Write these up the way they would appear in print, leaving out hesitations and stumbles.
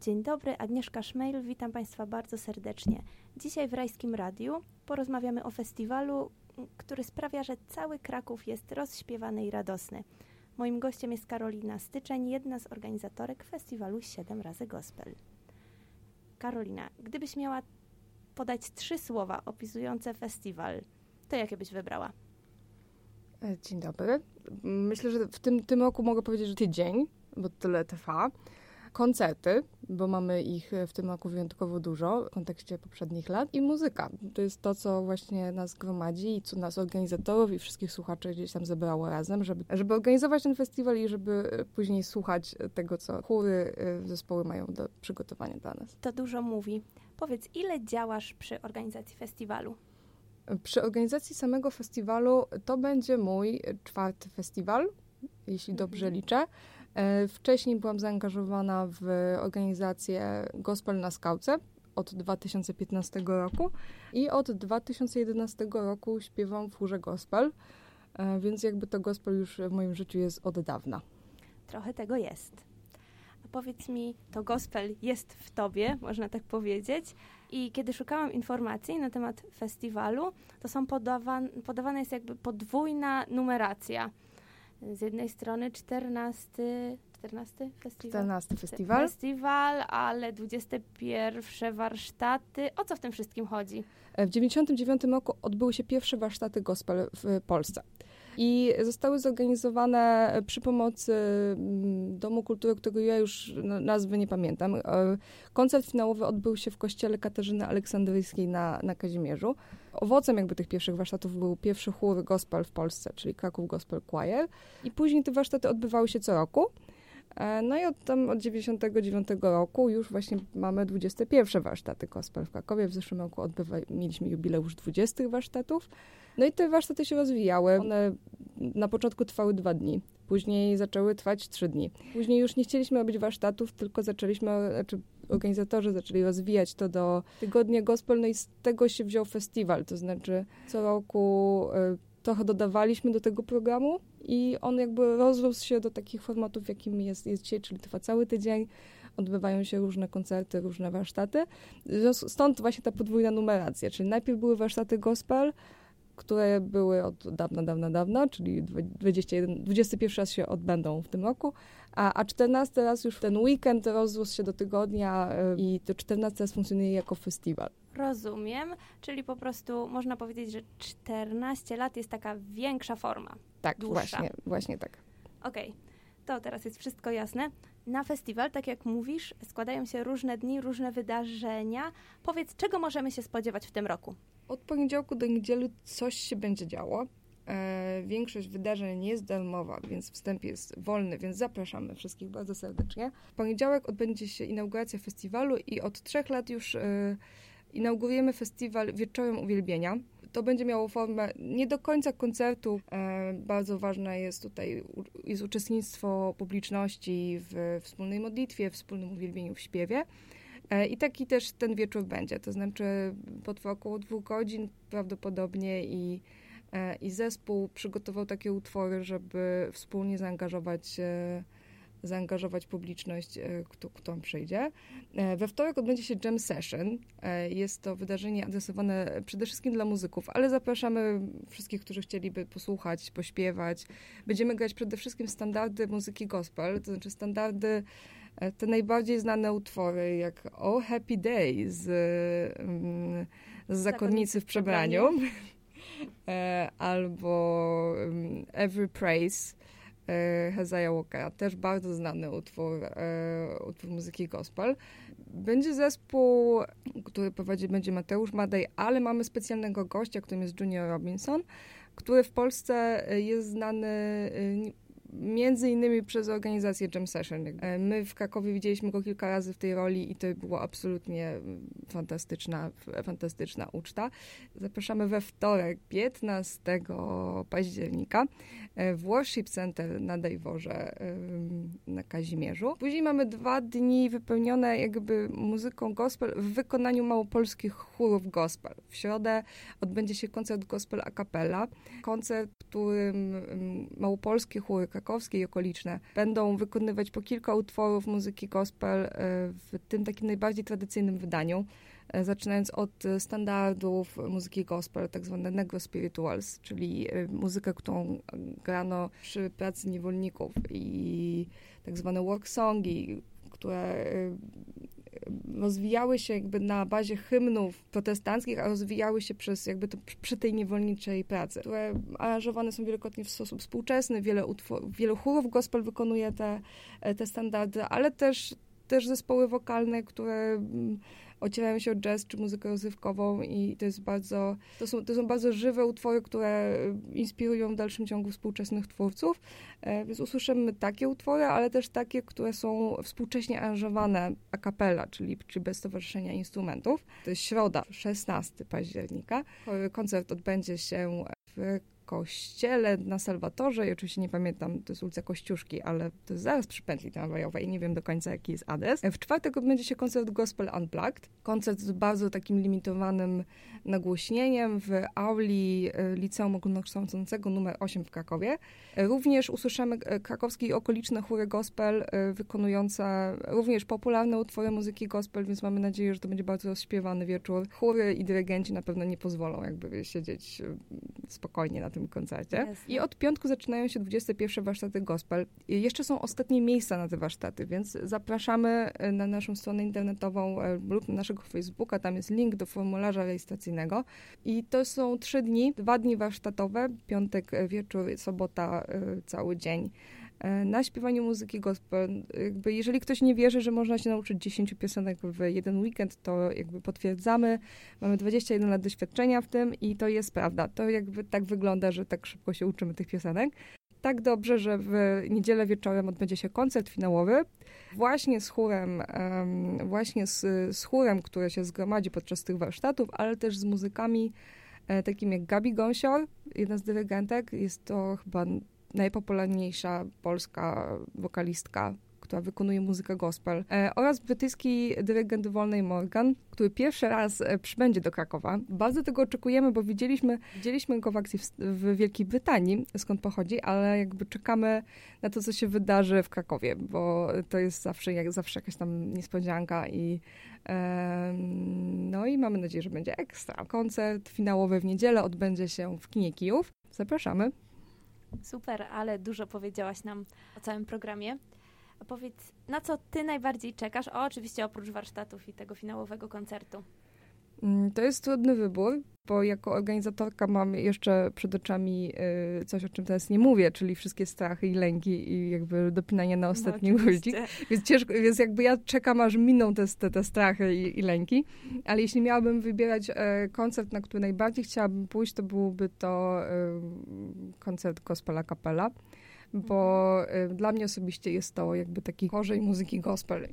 Dzień dobry, Agnieszka Szmejl, witam Państwa bardzo serdecznie. Dzisiaj w Rajskim Radiu porozmawiamy o festiwalu, który sprawia, że cały Kraków jest rozśpiewany i radosny. Moim gościem jest Karolina Styczeń, jedna z organizatorek festiwalu 7 razy Gospel. Karolina, gdybyś miała podać 3 słowa opisujące festiwal, to jakie byś wybrała? Dzień dobry. Myślę, że w tym roku mogę powiedzieć, że tydzień, bo tyle trwa. Koncerty, bo mamy ich w tym roku wyjątkowo dużo w kontekście poprzednich lat. I muzyka. To jest to, co właśnie nas gromadzi i co nas organizatorów i wszystkich słuchaczy gdzieś tam zebrało razem, żeby organizować ten festiwal i żeby później słuchać tego, co chóry, zespoły mają do przygotowania dla nas. To dużo mówi. Powiedz, ile działasz przy organizacji festiwalu? Przy organizacji samego festiwalu to będzie mój 4. festiwal, jeśli dobrze liczę. Wcześniej byłam zaangażowana w organizację Gospel na Skałce od 2015 roku i od 2011 roku śpiewam w chórze gospel, więc jakby to gospel już w moim życiu jest od dawna. Trochę tego jest. A powiedz mi, to gospel jest w tobie, można tak powiedzieć. I kiedy szukałam informacji na temat festiwalu, to są podawana jest jakby podwójna numeracja. Z jednej strony 14 festiwal, ale 21 warsztaty. O co w tym wszystkim chodzi? W 1999 roku odbyły się pierwsze warsztaty gospel w Polsce. I zostały zorganizowane przy pomocy Domu Kultury, którego ja już nazwy nie pamiętam. Koncert finałowy odbył się w kościele Katarzyny Aleksandryjskiej na Kazimierzu. Owocem jakby tych pierwszych warsztatów był pierwszy chór gospel w Polsce, czyli Kraków Gospel Choir. I później te warsztaty odbywały się co roku. No i od 1999 roku już właśnie mamy 21 warsztaty gospel w Krakowie. W zeszłym roku mieliśmy jubileusz 20 warsztatów. No i te warsztaty się rozwijały. One na początku trwały 2 dni. Później zaczęły trwać 3 dni. Później już nie chcieliśmy robić warsztatów, tylko organizatorzy zaczęli rozwijać to do tygodnia gospel, no i z tego się wziął festiwal. To znaczy co roku trochę dodawaliśmy do tego programu i on jakby rozrósł się do takich formatów, jakim jest dzisiaj, czyli trwa cały tydzień, odbywają się różne koncerty, różne warsztaty. Stąd właśnie ta podwójna numeracja, czyli najpierw były warsztaty gospel, które były od dawna, czyli 21 raz się odbędą w tym roku, a 14 raz już ten weekend rozrósł się do tygodnia i to 14 raz funkcjonuje jako festiwal. Rozumiem, czyli po prostu można powiedzieć, że 14 lat jest taka większa forma. Tak, właśnie tak. Okej, to teraz jest wszystko jasne. Na festiwal, tak jak mówisz, składają się różne dni, różne wydarzenia. Powiedz, czego możemy się spodziewać w tym roku? Od poniedziałku do niedzieli coś się będzie działo. Większość wydarzeń jest darmowa, więc wstęp jest wolny, więc zapraszamy wszystkich bardzo serdecznie. W poniedziałek odbędzie się inauguracja festiwalu i od 3 lat już inaugurujemy festiwal Wieczorem Uwielbienia. To będzie miało formę nie do końca koncertu. Bardzo ważne jest tutaj uczestnictwo publiczności w wspólnej modlitwie, w wspólnym uwielbieniu w śpiewie. I taki też ten wieczór będzie. To znaczy potrwa około 2 godzin prawdopodobnie i zespół przygotował takie utwory, żeby wspólnie zaangażować publiczność, którą przyjdzie. We wtorek odbędzie się Jam Session. Jest to wydarzenie adresowane przede wszystkim dla muzyków, ale zapraszamy wszystkich, którzy chcieliby posłuchać, pośpiewać. Będziemy grać przede wszystkim standardy muzyki gospel, to znaczy standardy, te najbardziej znane utwory, jak Oh Happy Day z Zakonnicy w przebraniu, albo Every Praise Hezekiah Walkera, też bardzo znany utwór muzyki gospel. Będzie zespół, który prowadzić będzie Mateusz Madej, ale mamy specjalnego gościa, którym jest Junior Robinson, który w Polsce jest znany między innymi przez organizację Jam Session. My w Krakowie widzieliśmy go kilka razy w tej roli i to było absolutnie fantastyczna uczta. Zapraszamy we wtorek, 15 października w Worship Center na Dejworze na Kazimierzu. Później mamy 2 dni wypełnione jakby muzyką gospel w wykonaniu małopolskich chórów gospel. W środę odbędzie się koncert gospel a cappella. Koncert, w którym małopolskie chóry krakowskie i okoliczne będą wykonywać po kilka utworów muzyki gospel w tym takim najbardziej tradycyjnym wydaniu, zaczynając od standardów muzyki gospel, tak zwane negro spirituals, czyli muzykę, którą grano przy pracy niewolników, i tak zwane work songi, które rozwijały się jakby na bazie hymnów protestanckich, a rozwijały się przy tej niewolniczej pracy, które aranżowane są wielokrotnie w sposób współczesny. Wielu chórów gospel wykonuje te standardy, ale też zespoły wokalne, które ocierają się o jazz czy muzykę rozrywkową, i to są bardzo żywe utwory, które inspirują w dalszym ciągu współczesnych twórców. Więc usłyszymy takie utwory, ale też takie, które są współcześnie aranżowane a cappella, czyli bez towarzyszenia instrumentów. To jest środa, 16 października. Koncert odbędzie się w kościele na Salwatorze i oczywiście nie pamiętam, to jest ulica Kościuszki, ale to jest zaraz przy pętli tramwajowej i nie wiem do końca, jaki jest adres. W czwartek odbędzie się koncert Gospel Unplugged. Koncert z bardzo takim limitowanym nagłośnieniem w auli Liceum Ogólnokształcącego nr 8 w Krakowie. Również usłyszymy krakowskie i okoliczne chóry gospel wykonujące również popularne utwory muzyki gospel, więc mamy nadzieję, że to będzie bardzo rozśpiewany wieczór. Chóry i dyrygenci na pewno nie pozwolą jakby siedzieć spokojnie na tym koncercie. Jasne. I od piątku zaczynają się 21 warsztaty gospel. I jeszcze są ostatnie miejsca na te warsztaty, więc zapraszamy na naszą stronę internetową lub na naszego Facebooka. Tam jest link do formularza rejestracyjnego. I to są 3 dni, 2 dni warsztatowe, piątek wieczór, sobota cały dzień. Na śpiewaniu muzyki gospel. Jakby jeżeli ktoś nie wierzy, że można się nauczyć 10 piosenek w jeden weekend, to jakby potwierdzamy. Mamy 21 lat doświadczenia w tym i to jest prawda. To jakby tak wygląda, że tak szybko się uczymy tych piosenek. Tak dobrze, że w niedzielę wieczorem odbędzie się koncert finałowy właśnie z chórem, który się zgromadzi podczas tych warsztatów, ale też z muzykami takimi jak Gabi Gąsior, jedna z dyrygentek. Jest to chyba najpopularniejsza polska wokalistka, która wykonuje muzykę gospel, oraz brytyjski dyrygent Wolnej Morgan, który pierwszy raz przybędzie do Krakowa. Bardzo tego oczekujemy, bo widzieliśmy go w akcji w Wielkiej Brytanii, skąd pochodzi, ale jakby czekamy na to, co się wydarzy w Krakowie, bo to jest zawsze jakaś tam niespodzianka no i mamy nadzieję, że będzie ekstra. Koncert finałowy w niedzielę odbędzie się w kinie Kijów. Zapraszamy. Super, ale dużo powiedziałaś nam o całym programie. A powiedz, na co ty najbardziej czekasz? Oczywiście oprócz warsztatów i tego finałowego koncertu. To jest trudny wybór, bo jako organizatorka mam jeszcze przed oczami coś, o czym teraz nie mówię, czyli wszystkie strachy i lęki i jakby dopinanie na ostatni guzik. Więc jakby ja czekam, aż miną te strachy i lęki. Ale jeśli miałabym wybierać koncert, na który najbardziej chciałabym pójść, to byłby to koncert gospel a cappella, bo dla mnie osobiście jest to jakby taki korzeń muzyki gospel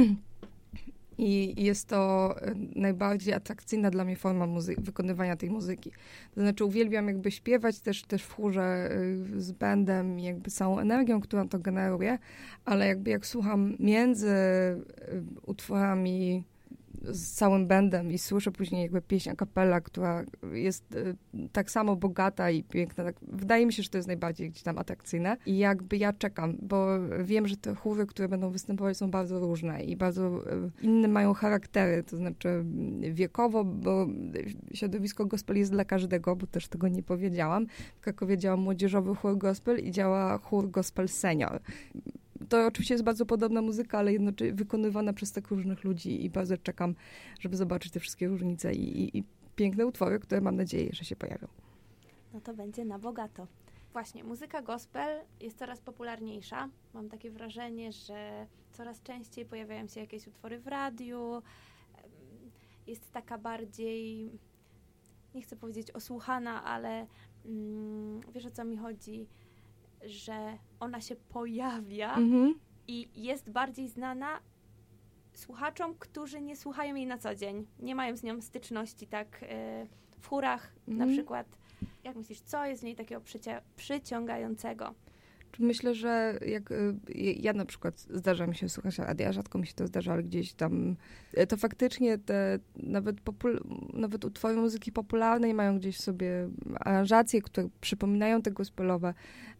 i jest to najbardziej atrakcyjna dla mnie forma wykonywania tej muzyki. To znaczy uwielbiam jakby śpiewać też w chórze z bandem i jakby całą energią, którą to generuje, ale jakby jak słucham między utworami z całym bandem i słyszę później jakby pieśń a cappella, która jest tak samo bogata i piękna. Tak, wydaje mi się, że to jest najbardziej gdzieś tam atrakcyjne. I jakby ja czekam, bo wiem, że te chóry, które będą występować, są bardzo różne i bardzo inne mają charaktery, to znaczy wiekowo, bo środowisko gospel jest dla każdego, bo też tego nie powiedziałam. W Krakowie działa młodzieżowy chór gospel i działa chór gospel senior. To oczywiście jest bardzo podobna muzyka, ale jednocześnie wykonywana przez tak różnych ludzi i bardzo czekam, żeby zobaczyć te wszystkie różnice i piękne utwory, które mam nadzieję, że się pojawią. No to będzie na bogato. Właśnie, muzyka gospel jest coraz popularniejsza. Mam takie wrażenie, że coraz częściej pojawiają się jakieś utwory w radiu. Jest taka bardziej, nie chcę powiedzieć osłuchana, ale wiesz, o co mi chodzi, że ona się pojawia i jest bardziej znana słuchaczom, którzy nie słuchają jej na co dzień. Nie mają z nią styczności, tak w chórach na przykład. Jak myślisz, co jest w niej takiego przyciągającego? Myślę, że jak ja na przykład zdarza mi się słuchać radia, rzadko mi się to zdarza, ale gdzieś tam to faktycznie te nawet utwory muzyki popularnej mają gdzieś w sobie aranżacje, które przypominają te gospelowe.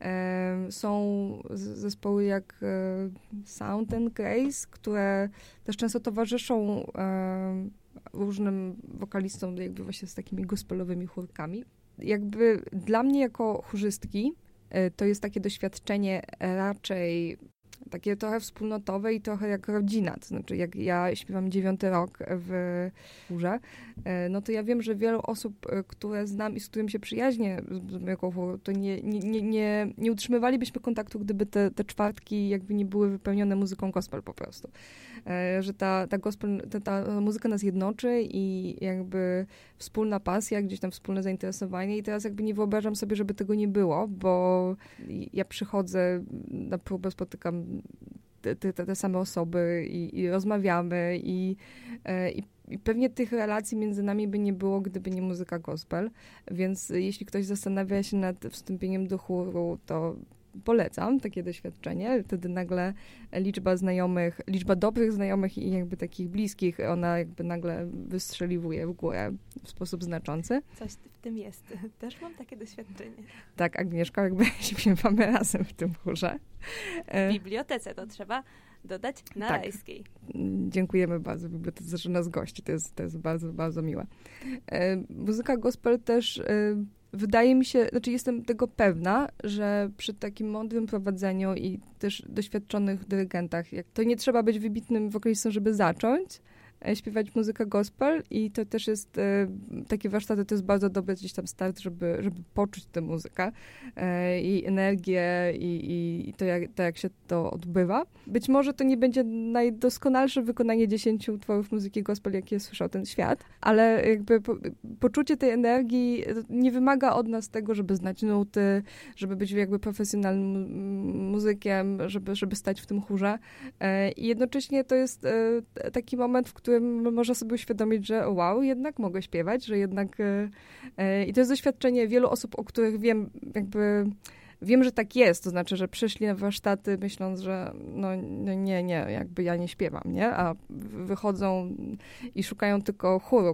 Są zespoły jak Sound and Grace, które też często towarzyszą różnym wokalistom jakby właśnie z takimi gospelowymi chórkami. Jakby dla mnie jako chórzystki to jest takie doświadczenie raczej takie trochę wspólnotowe i trochę jak rodzina. To znaczy, jak ja śpiewam 9. rok w chórze, no to ja wiem, że wielu osób, które znam i z którymi się przyjaźnię z mojego chóru, to nie utrzymywalibyśmy kontaktu, gdyby te czwartki jakby nie były wypełnione muzyką gospel po prostu. Że ta muzyka nas jednoczy i jakby wspólna pasja, gdzieś tam wspólne zainteresowanie i teraz jakby nie wyobrażam sobie, żeby tego nie było, bo ja przychodzę na próbę, spotykam te same osoby i rozmawiamy i pewnie tych relacji między nami by nie było, gdyby nie muzyka gospel, więc jeśli ktoś zastanawia się nad wstąpieniem do chóru, to polecam takie doświadczenie. Wtedy nagle liczba dobrych znajomych i jakby takich bliskich, ona jakby nagle wystrzeliwuje w górę w sposób znaczący. Coś w tym jest. Też mam takie doświadczenie. Tak, Agnieszka, jakby śpiewamy razem w tym chórze. W bibliotece to trzeba dodać na tak. Rajskiej. Dziękujemy bardzo bibliotece, że nas gości. To jest bardzo, bardzo miłe. Muzyka gospel też wydaje mi się, znaczy jestem tego pewna, że przy takim mądrym prowadzeniu i też doświadczonych dyrygentach, to nie trzeba być wybitnym wokalistą, żeby zacząć śpiewać muzykę gospel i to też jest, takie warsztaty to jest bardzo dobry gdzieś tam start, żeby poczuć tę muzykę i energię i to jak się to odbywa. Być może to nie będzie najdoskonalsze wykonanie 10 utworów muzyki gospel, jakie słyszał ten świat, ale jakby poczucie tej energii nie wymaga od nas tego, żeby znać nuty, żeby być jakby profesjonalnym muzykiem, żeby stać w tym chórze. I jednocześnie to jest taki moment, w którym można sobie uświadomić, że wow, jednak mogę śpiewać, że jednak i to jest doświadczenie wielu osób, o których wiem, że tak jest, to znaczy, że przyszli na warsztaty myśląc, że no nie, jakby ja nie śpiewam, nie? A wychodzą i szukają tylko chóru,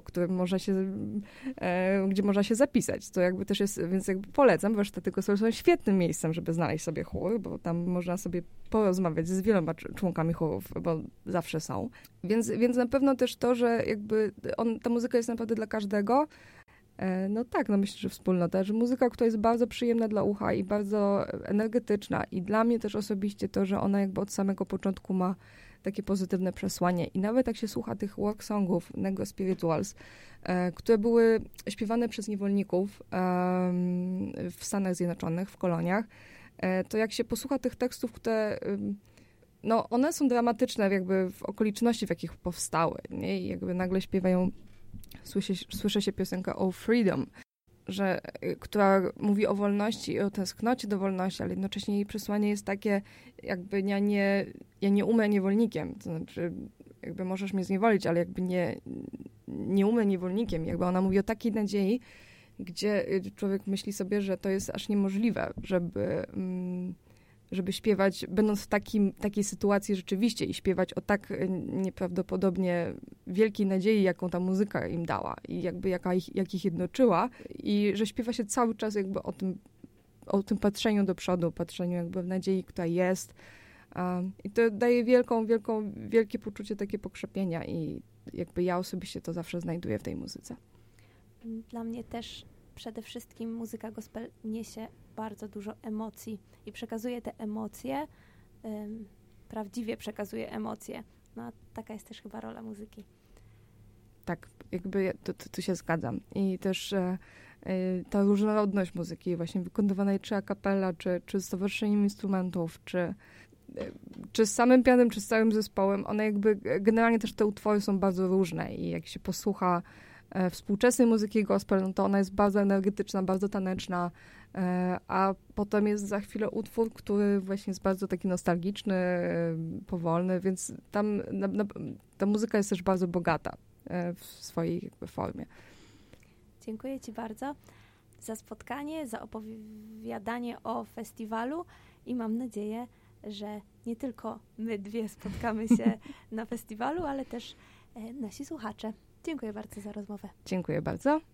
gdzie można się zapisać. To jakby też jest, więc jakby polecam, warsztaty gospel są świetnym miejscem, żeby znaleźć sobie chór, bo tam można sobie porozmawiać z wieloma członkami chórów, bo zawsze są. Więc na pewno też to, że jakby ta muzyka jest naprawdę dla każdego. No tak, myślę, że wspólnota, że muzyka, która jest bardzo przyjemna dla ucha i bardzo energetyczna i dla mnie też osobiście to, że ona jakby od samego początku ma takie pozytywne przesłanie i nawet jak się słucha tych work songów, Negro Spirituals, które były śpiewane przez niewolników w Stanach Zjednoczonych, w koloniach, to jak się posłucha tych tekstów, które one są dramatyczne jakby w okoliczności, w jakich powstały, nie? I jakby nagle śpiewają słyszy się piosenkę Oh Freedom, która mówi o wolności i o tęsknocie do wolności, ale jednocześnie jej przesłanie jest takie, jakby ja nie umrę niewolnikiem, to znaczy jakby możesz mnie zniewolić, ale jakby nie umrę niewolnikiem. Jakby ona mówi o takiej nadziei, gdzie człowiek myśli sobie, że to jest aż niemożliwe, żeby śpiewać, będąc w takiej sytuacji rzeczywiście i śpiewać o tak nieprawdopodobnie wielkiej nadziei, jaką ta muzyka im dała i jakby jak ich jednoczyła i że śpiewa się cały czas jakby o tym patrzeniu do przodu, patrzeniu jakby w nadziei, która jest. I to daje wielkie poczucie takie pokrzepienia i jakby ja osobiście to zawsze znajduję w tej muzyce. Dla mnie też przede wszystkim muzyka gospel niesie bardzo dużo emocji i przekazuje te emocje, prawdziwie przekazuje emocje. No, taka jest też chyba rola muzyki. Tak, jakby tu się zgadzam. I też ta różnorodność muzyki, właśnie wykonywanej czy a cappella, czy z towarzyszeniem instrumentów, czy z samym pianem, czy z całym zespołem, one jakby, generalnie też te utwory są bardzo różne i jak się posłucha współczesnej muzyki gospel, no to ona jest bardzo energetyczna, bardzo taneczna, a potem jest za chwilę utwór, który właśnie jest bardzo taki nostalgiczny, powolny, więc tam ta muzyka jest też bardzo bogata w swojej jakby formie. Dziękuję Ci bardzo za spotkanie, za opowiadanie o festiwalu i mam nadzieję, że nie tylko my dwie spotkamy się na festiwalu, ale też nasi słuchacze. Dziękuję bardzo za rozmowę. Dziękuję bardzo.